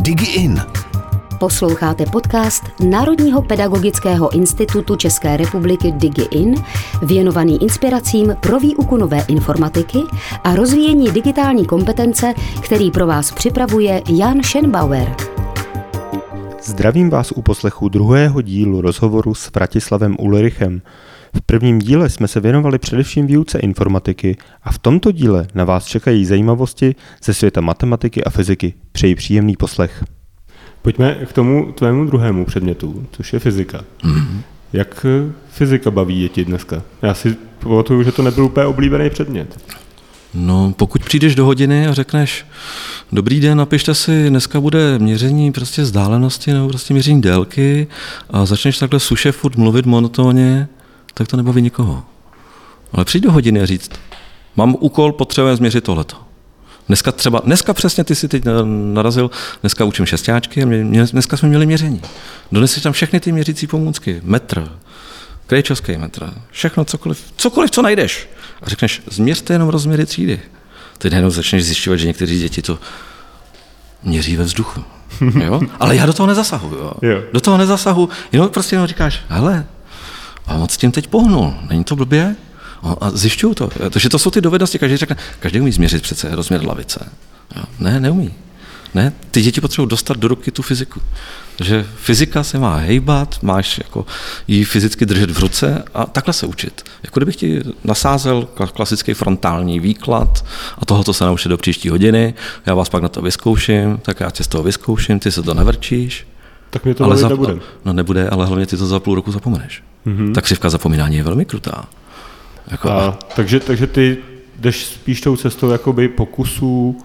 DigiIn. Posloucháte podcast Národního pedagogického institutu České republiky DigiIn, věnovaný inspiracím pro výuku nové informatiky a rozvíjení digitální kompetence, který pro vás připravuje Jan Schenbauer. Zdravím vás u poslechu druhého dílu rozhovoru s Vratislavem Ulrichem. V prvním díle jsme se věnovali především výuce informatiky a v tomto díle na vás čekají zajímavosti ze světa matematiky a fyziky. Přeji příjemný poslech. Pojďme k tomu tvému druhému předmětu, což je fyzika. Jak fyzika baví děti dneska? Já si pamatuju, že to nebyl úplně oblíbený předmět. No, pokud přijdeš do hodiny a řekneš, dobrý den, napište si, dneska bude měření prostě vzdálenosti nebo prostě měření délky a začneš takhle suše furt mluvit monotónně, tak to nebaví nikoho. Ale přijď do hodiny a říct, mám úkol, potřebujeme změřit tohleto. Dneska přesně ty si teď narazil, dneska učím šestáčky a dneska jsme měli měření. Doneseš tam všechny ty měřící pomůcky, metr, krejčovský metr, všechno, cokoliv, co najdeš. A řekneš, změřte jenom rozměry třídy. Ty najednou začneš zjišťovat, že někteří děti to měří ve vzduchu. Jo? Ale já do toho nezasahuju. Jo. Do toho nezasahuju, jenom říkáš, hele, a moc tím teď pohnul, není to blbě? A zjišťuju to. Takže to jsou ty dovednosti, každý umí změřit přece rozměr lavice. Jo? Ne, neumí. Ne, ty děti potřebují dostat do ruky tu fyziku. Takže fyzika se má hejbat, máš jako ji fyzicky držet v ruce a takhle se učit. Jako kdybych ti nasázel klasický frontální výklad a tohoto se naučit do příští hodiny, já vás pak na to vyzkouším, tak já tě z toho vyzkouším, ty se to nevrčíš. Tak mě to nebude. No nebude, ale hlavně ty to za půl roku zapomeneš. Ta křivka zapomínání je velmi krutá. Jako, takže ty jdeš spíš tou cestou jakoby pokusů.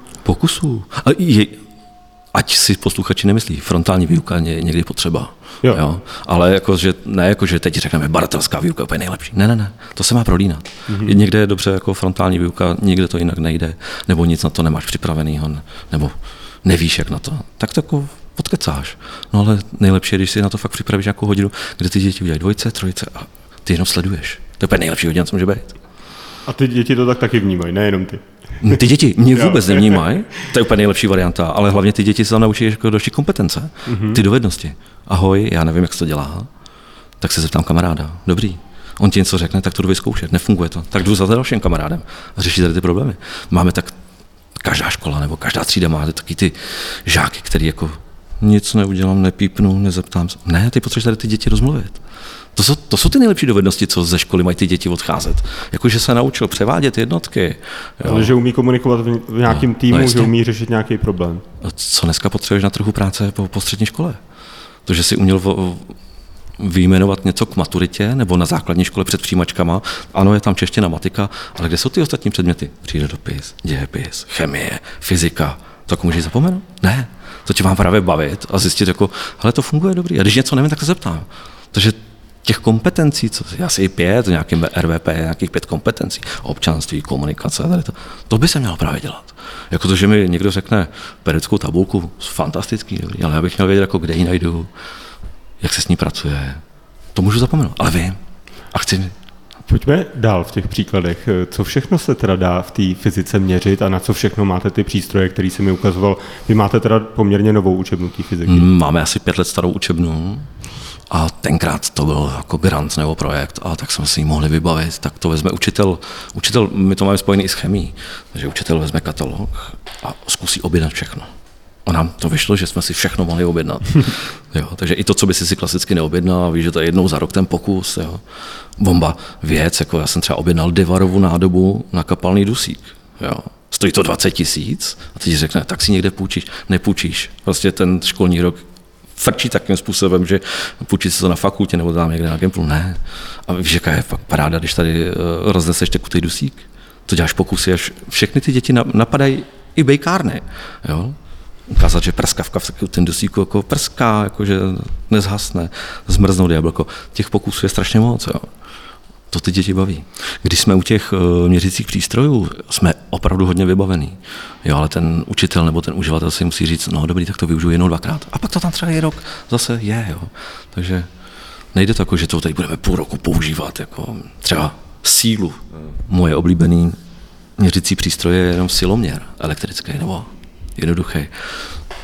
Ať si posluchači nemyslí, frontální výuka je někdy potřeba. Jo. Ale že teď řekneme, baratelská výuka je úplně nejlepší. Ne, to se má prolínat. Někde je dobře jako frontální výuka, někde to jinak nejde, nebo nic na to nemáš připravenýho, nebo nevíš, jak na to. Tak to jako podkecáš. No ale nejlepší je, když si na to fakt připravíš nějakou hodinu, kde ty děti udělají dvojce, trojce a ty jenom sleduješ. To je úplně nejlepší hodina, co může být. A ty děti to tak taky vnímají, nejenom ty. Ty děti mě vůbec nevnímají, to je úplně nejlepší varianta, ale hlavně ty děti se tam naučí jako další kompetence, ty dovednosti. Ahoj, já nevím, jak se to dělá, tak se zeptám kamaráda, dobrý. On ti něco řekne, tak to jdu vyzkoušet, nefunguje to, tak jdu za dalším kamarádem a řešit tady ty problémy. Máme tak, každá škola nebo každá třída má taky ty žáky, který jako nic neudělám, nepípnu, nezeptám se. Ne, ty potřebuješ tady ty děti rozmluvit. To jsou ty nejlepší dovednosti, co ze školy mají ty děti odcházet. Jakože se naučil převádět jednotky. Jo. Ale že umí komunikovat v nějakém týmu, že umí řešit nějaký problém. Co dneska potřebuješ na trhu práce po střední škole? To, že jsi uměl vyjmenovat něco k maturitě nebo na základní škole před přijímačkama. Ano, je tam čeština, matika, ale kde jsou ty ostatní předměty? Přírodopis, dějepis, chemie, fyzika. To jako můžeš zapomenout? Ne. To tě má právě bavit a zjistit, jako, hele, to funguje dobrý. A když něco nevím, tak se zeptám. Takže těch kompetencí, asi 5, nějakým RVP, nějakých 5 kompetencí, občanství, komunikace, tady to by se mělo právě dělat. Jako to, že mi někdo řekne periodickou tabulku, fantastický, dobrý, ale já bych měl vědět, jako kde ji najdu, jak se s ní pracuje. To můžu zapomenout, ale vím a chci. Pojďme dál v těch příkladech. Co všechno se teda dá v té fyzice měřit a na co všechno máte ty přístroje, který jsi mi ukazoval? Vy máte teda poměrně novou učebnu té fyziky. Máme asi 5 let starou učebnu. A tenkrát to byl jako grant nebo projekt, a tak jsme si ji mohli vybavit. Tak to vezme učitel, my to máme spojený i s chemií, takže učitel vezme katalog a zkusí objednat všechno. A nám to vyšlo, že jsme si všechno mohli objednat. Jo, takže i to, co by si klasicky neobjednal, víš, že to je jednou za rok ten pokus. Jo. Bomba věc, jako já jsem třeba objednal Devarovu nádobu na kapalný dusík. Jo. Stojí to 20 000 a teď řekne, tak si někde půjčíš. Nepůjčíš. Prostě ten školní rok frčí takým způsobem, že půjčí se to na fakultě nebo tam někde na Gimplu. Ne. A víš, jaká je fakt paráda, když tady rozneseš tekutý dusík. To děláš pokusy, až všechny ty děti napadají i bejkárny. Jo. Ukázat, že prskavka v ten dusíku jako prská, jako že nezhasne, zmrznou jablko. Těch pokusů je strašně moc. Jo. To ty děti baví. Když jsme u těch měřicích přístrojů, jsme opravdu hodně vybavení. Jo, ale ten učitel nebo ten uživatel si musí říct, no dobrý, tak to využiju jednou, dvakrát. A pak to tam třeba je rok zase je. Jo. Takže nejde to jako, že to tady budeme půl roku používat. Jako třeba sílu. Moje oblíbený měřicí přístroj je jenom siloměr elektrický nebo jednoduchý.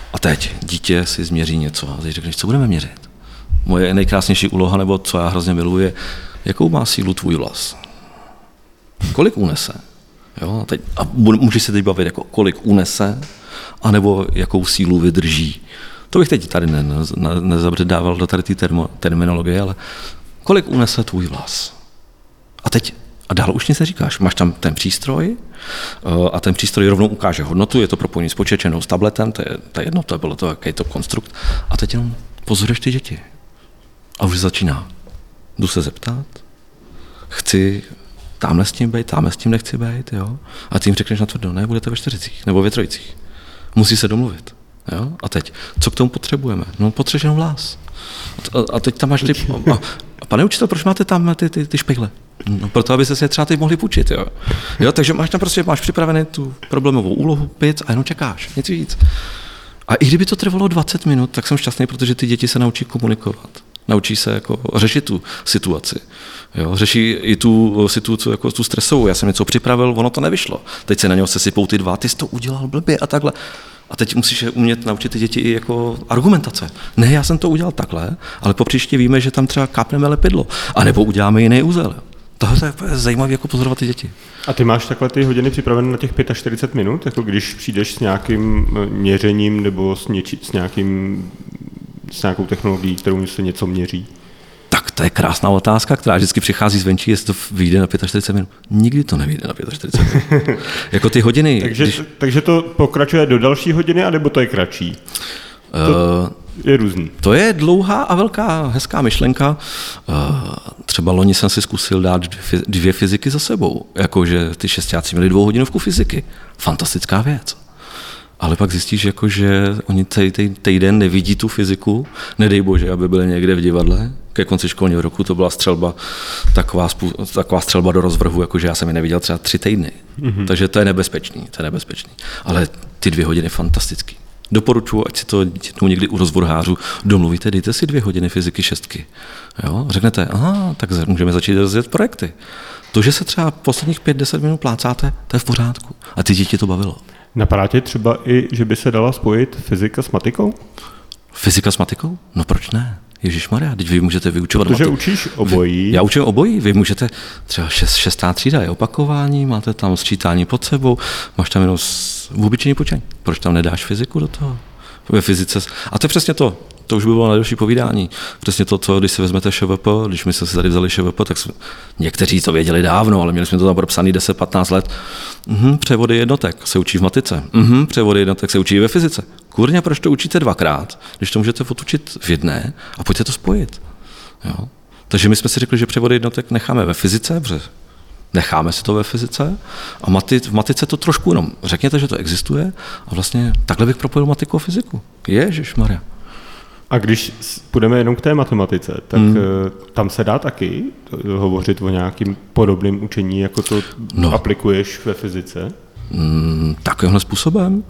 A teď dítě si změří něco a teď řekneš, co budeme měřit? Moje nejkrásnější úloha, nebo co já hrozně miluji, je, jakou má sílu tvůj vlas? Kolik unese? Jo, můžeš se teď bavit, jako kolik unese, anebo jakou sílu vydrží. To bych teď tady nezabředával do tady té terminologie, ale kolik unese tvůj vlas? A dál už nic neříkáš. Máš tam ten přístroj a ten přístroj rovnou ukáže hodnotu, je to propojený s počítačem, s tabletem, to je jedno, to bylo to, jaký je to konstrukt. A teď jenom pozoruješ ty děti. A už začíná. Jdu se zeptat, chci tamhle s tím být, tamhle s tím nechci být, jo? A ty jim řekneš natvrdo, ne, budete ve 4 nebo ve 3. Musí se domluvit. Jo? A teď, co k tomu potřebujeme? No, potřebuješ jenom vlas. A teď tam máš ty... A pane učitel, proč máte tam ty špejle? No, proto, aby se je třeba teď mohli půjčit, jo. Takže máš připravený tu problémovou úlohu, 5 a jenom čekáš, nic víc. A i kdyby to trvalo 20 minut, tak jsem šťastný, protože ty děti se naučí komunikovat. Naučí se jako řešit tu situaci. Jo, řeší i tu situaci jako tu stresovou. Já jsem něco připravil, ono to nevyšlo. Teď se na něho sesypou ty 2, ty jsi to udělal blbě a takhle. A teď musíš umět naučit ty děti i jako argumentace. Ne, já jsem to udělal takhle, ale popříště víme, že tam třeba kápneme lepidlo. A nebo uděláme jiný úzel. Tohle je zajímavé jako pozorovat ty děti. A ty máš takhle ty hodiny připravené na těch 45 minut? Jako když přijdeš s nějakým měřením nebo s nějakou technologií, kterou se něco měří? Tak to je krásná otázka, která vždycky přichází zvenčí, jestli to vyjde na 45 minut. Nikdy to nevyjde na 45 minut. Jako ty hodiny. Takže to pokračuje do další hodiny, anebo to je kratší? To je různý. To je dlouhá a velká, hezká myšlenka. Třeba loni jsem si zkusil dát 2 fyziky za sebou. Jakože ty 6áci měli 2hodinovku fyziky. Fantastická věc. Ale pak zjistíš, jako, že oni týden nevidí tu fyziku, nedej bože, aby byli někde v divadle. Ke konci školního roku to byla střelba, taková střelba do rozvrhu, jakože já jsem ji neviděl třeba 3 týdny. Mm-hmm. Takže to je nebezpečný. Ale ty 2 hodiny fantastický. Doporučuji, ať si to jednou někdy u rozvrhářů domluvíte, dejte si 2 hodiny fyziky 6. Jo? Řeknete, aha, tak můžeme začít rozjet projekty. To, že se třeba posledních 5-10 minut plácáte, to je v pořádku. A ty děti to bavilo. Napadá tě třeba i, že by se dala spojit fyzika s matikou? Fyzika s matikou? No proč ne? Ježišmarja, teď vy můžete vyučovat Protože učíš obojí. Já učím obojí, vy můžete třeba 6. třída je opakování, máte tam sčítání pod sebou, máš tam jenom obyčejný počítač. Proč tam nedáš fyziku do toho? Ve fyzice. A to je přesně to už by bylo na další povídání. Přesně to, co když si vezmete ŠVP, když my jsme si tady vzali ŠVP, tak někteří to věděli dávno, ale měli jsme to tam propsaný 10-15 let. Převody jednotek se učí v matice. Převody jednotek se učí ve fyzice. Kurňa, proč to učíte 2krát, když to můžete odučit v jedné a pojďte to spojit. Jo? Takže my jsme si řekli, že převody jednotek necháme ve fyzice, protože necháme si to ve fyzice a v matice to trošku jenom řekněte, že to existuje a vlastně takhle bych propojil matiku a fyziku. Ježišmarja. A když půjdeme jenom k té matematice, tak tam se dá taky hovořit o nějakým podobným učení, jako to aplikuješ ve fyzice? Takovýmhle způsobem?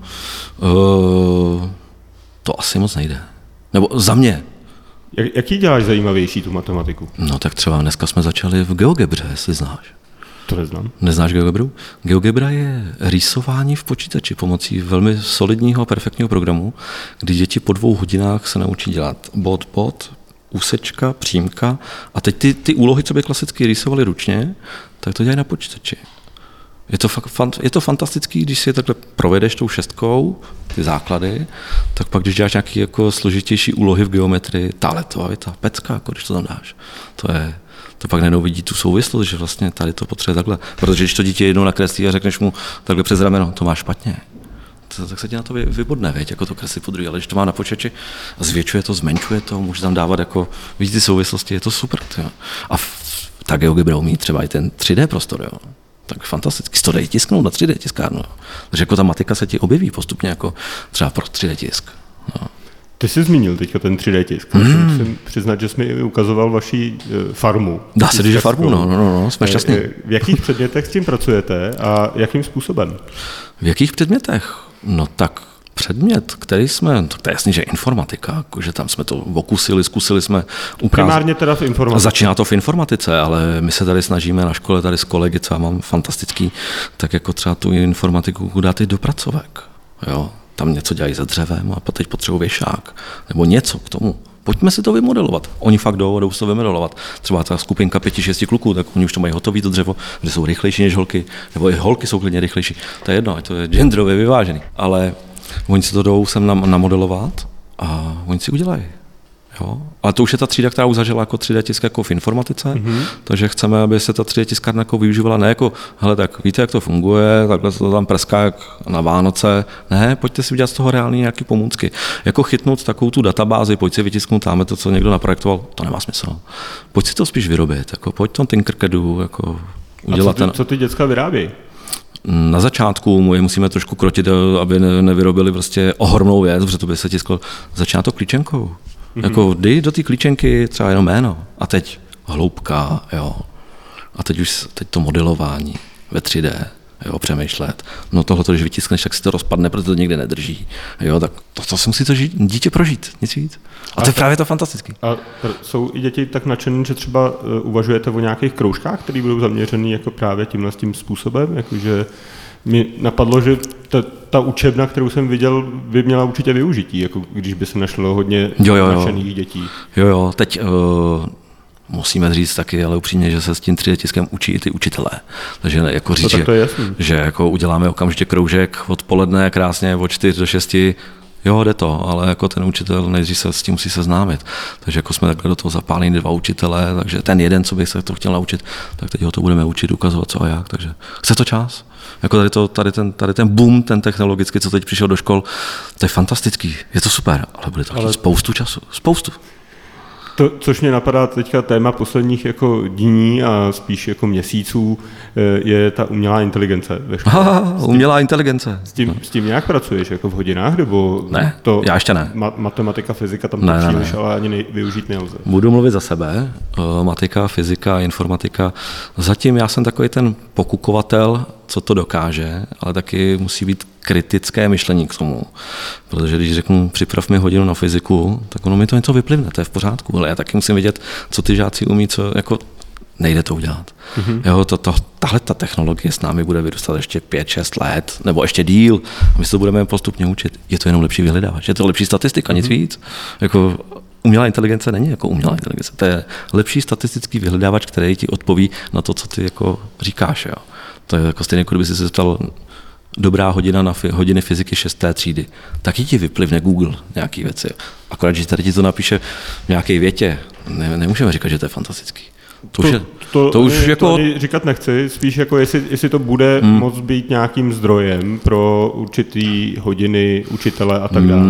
To asi moc nejde. Nebo za mě. Jaký děláš zajímavější tu matematiku? No tak třeba dneska jsme začali v GeoGebře, jestli znáš. To neznám. Neznáš GeoGebru? GeoGebra je rýsování v počítači pomocí velmi solidního a perfektního programu, kdy děti po 2 hodinách se naučí dělat bod, úsečka, přímka a teď ty úlohy, co by klasicky rýsovali ručně, tak to dělají na počítači. Je to fantastický, když si je takhle provedeš tou 6, ty základy, tak pak, když děláš nějaké jako složitější úlohy v geometrii, ta pecka, jako když to tam dáš, to pak najednou vidí tu souvislost, že vlastně tady to potřebuje takhle. Protože když to dítě jednou nakreslí a řekneš mu takhle přes rameno, to máš špatně, tak se ti na to vybodne, věď, jako to kreslí po druhé. Ale když to má na počítači, zvětšuje to, zmenšuje to, může tam dávat jako, vidíte ty souvislosti, je to super. Tyjo. A ta GeoGebra umí třeba i ten 3D prostor, jo. Tak fantasticky, to dají tisknout na 3D tiskárnu. Takže jako ta matika se ti objeví postupně jako třeba pro 3D tisk. No. Ty jsi zmínil teďka ten 3D tisk. Musím přiznat, že jsi mi ukazoval vaši farmu. Dá se říct, že farmu, no, jsme šťastní. V jakých předmětech s tím pracujete a jakým způsobem? V jakých předmětech? No tak předmět, který jsme, to je jasný, že informatika, že tam jsme to okusili, zkusili jsme ukázat. Primárně teda v informatice. Začíná to v informatice, ale my se tady snažíme na škole, tady s kolegy, co já mám fantastický, tak jako třeba tu informatiku dát i do pracovek. Jo. tam něco dělají se dřevem a teď potřebují věšák, nebo něco k tomu. Pojďme si to vymodelovat. Oni fakt jdou si to vymodelovat. Třeba ta skupinka 5-6 kluků, tak oni už to mají hotový to dřevo, že jsou rychlejší než holky, nebo i holky jsou klidně rychlejší. To je jedno, ať to je genderově vyvážený. Ale oni si to jdou sem namodelovat a oni si udělají. Jo? Ale to už je ta třída, která už zažila jako 3D tisk jako v informatice, takže chceme, aby se ta 3D tiskárna jako využívala ne jako, hele, tak víte, jak to funguje, takhle se to tam prská jak na Vánoce. Ne, pojďte si udělat z toho reálně nějaké pomůcky. Jako chytnout takovou tu databázi, pojď si vytisknout tam to, co někdo naprojektoval, to nemá smysl. Pojď si to spíš vyrobit, jako pojď to Tinkercadu, jako udělat. A co ty děcka vyrábějí? Na začátku musíme trošku krotit, aby nevyrobili prostě ohromnou věc, protože to by se tisklo. Začíná to klíčenkou. Jako dej do té klíčenky třeba jenom jméno a teď hloubka, jo. A teď to modelování ve 3D, jo, přemýšlet. No tohle, když vytiskneš, tak si to rozpadne, protože to nikdy nedrží. Jo, tak to si musí to dítě prožít, nic víc. A to je právě to fantastický. A jsou i děti tak nadšený, že třeba uvažujete o nějakých kroužkách, které budou zaměřený jako právě tímhle tím způsobem, jakože mi napadlo, že ta učebna, kterou jsem viděl, by měla určitě využití, jako když by se našlo hodně nadšených dětí. Jo, teď musíme říct taky, ale upřímně, že se s tím 3D tiskem učí i ty učitelé. Takže jako říct, že jako uděláme okamžitě kroužek odpoledne krásně od 4 do 6, jo, jde to, ale jako ten učitel nejdřív se s tím musí seznámit. Takže jako jsme takhle do toho zapálili 2 učitelé, takže ten jeden, co by se to chtěl naučit, tak teď ho to budeme učit, ukazovat co a jak, takže chce to čas. Jako tady ten boom, ten technologický, co teď přišel do škol, to je fantastický, je to super, ale bude to spoustu času, spoustu. To, což mě napadá teďka téma posledních jako dní a spíš jako měsíců, je ta umělá inteligence ve škole. Umělá inteligence. S tím nějak pracuješ, jako v hodinách, nebo ne, já ještě ne. Matematika, fyzika tam to příliš, ale ani využít nelze. Budu mluvit za sebe. Matika, fyzika, informatika. Zatím já jsem takový ten pokukovatel, co to dokáže, ale taky musí být kritické myšlení k tomu. Protože když řeknu, připrav mi hodinu na fyziku, tak ono mi to něco vyplivne, to je v pořádku, ale já taky musím vědět, co ty žáci umí, co jako nejde to udělat. Jo, tahle ta technologie s námi bude vyrůstat ještě 5-6 let, nebo ještě díl, a my se to budeme postupně učit. Je to jenom lepší vyhledávač, je to lepší statistika, nic víc. Jako umělá inteligence není jako umělá inteligence, to je lepší statistický vyhledávač, který ti odpoví na to, co ty jako říkáš. Jo. To je jako stejně, jako kdyby si se zeptal dobrá hodina na hodiny fyziky 6. třídy. Taky ti vyplivne Google nějaký věci. Akorát, že tady ti to napíše v nějaké větě, nemůžeme říkat, že to je fantastický. To už jako říkat nechci, spíš jako jestli to bude moct být nějakým zdrojem pro určitý hodiny učitele a tak dále.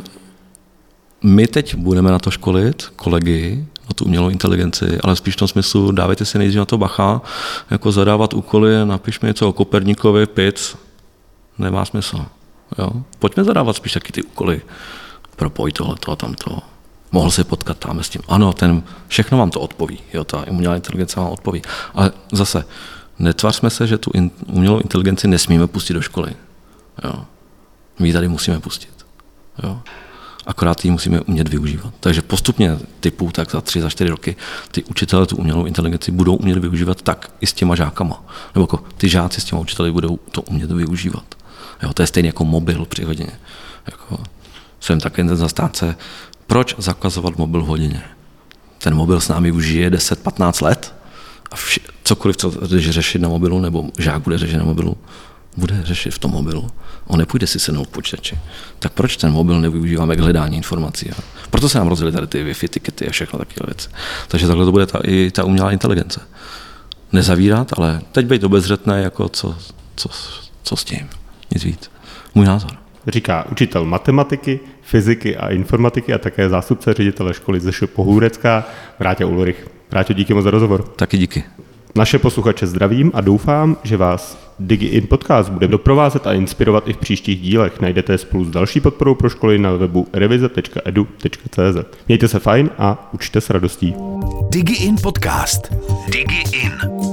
My teď budeme na to školit kolegy, na tu umělou inteligenci, ale spíš v tom smyslu dávejte si nejdřív na to bacha, jako zadávat úkoly, napiš mi něco o Koperníkovi, PIC, nemá smysl. Jo? Pojďme zadávat spíš taky ty úkoly, propoj tohleto a tamto. Mohl se potkat tam s tím. Ano, všechno vám to odpoví, jo, ta umělá inteligence vám odpoví. Ale zase, netvařme se, že tu umělou inteligenci nesmíme pustit do školy. Jo? My ji tady musíme pustit. Jo? Akorát ji musíme umět využívat. Takže postupně typu, tak za 3, za 4 roky ty učitelé tu umělou inteligenci budou umět využívat tak i s těma žákama. Nebo jako ty žáci s těma učiteli budou to umět využívat. Jo, to je stejně jako mobil při hodině. Jako, jsem taky ten zastánce, proč zakazovat mobil v hodině? Ten mobil s námi už žije 10-15 let a cokoliv, co budeš řešit na mobilu, nebo žák bude řešit na mobilu, bude řešit v tom mobilu. On nepůjde si sednout v počítači. Tak proč ten mobil nevyužíváme k hledání informací? Proto se nám rozdělily tady ty Wi-Fi tikety a všechno takové věci. Takže takhle to bude i ta umělá inteligence. Nezavírat, ale teď být obezřetný, jako co s tím. Nic víc. Můj názor. Říká učitel matematiky, fyziky a informatiky a také zástupce ředitele školy ze Pohůrecká Vráťa Ulrich. Vráťo, díky moc za rozhovor. Taky díky. Naše posluchače zdravím a doufám, že vás DigiIn podcast bude doprovázet a inspirovat i v příštích dílech. Najdete je spolu s další podporou pro školy na webu revize.edu.cz. Mějte se fajn a učte s radostí. DigiIn podcast. DigiIn.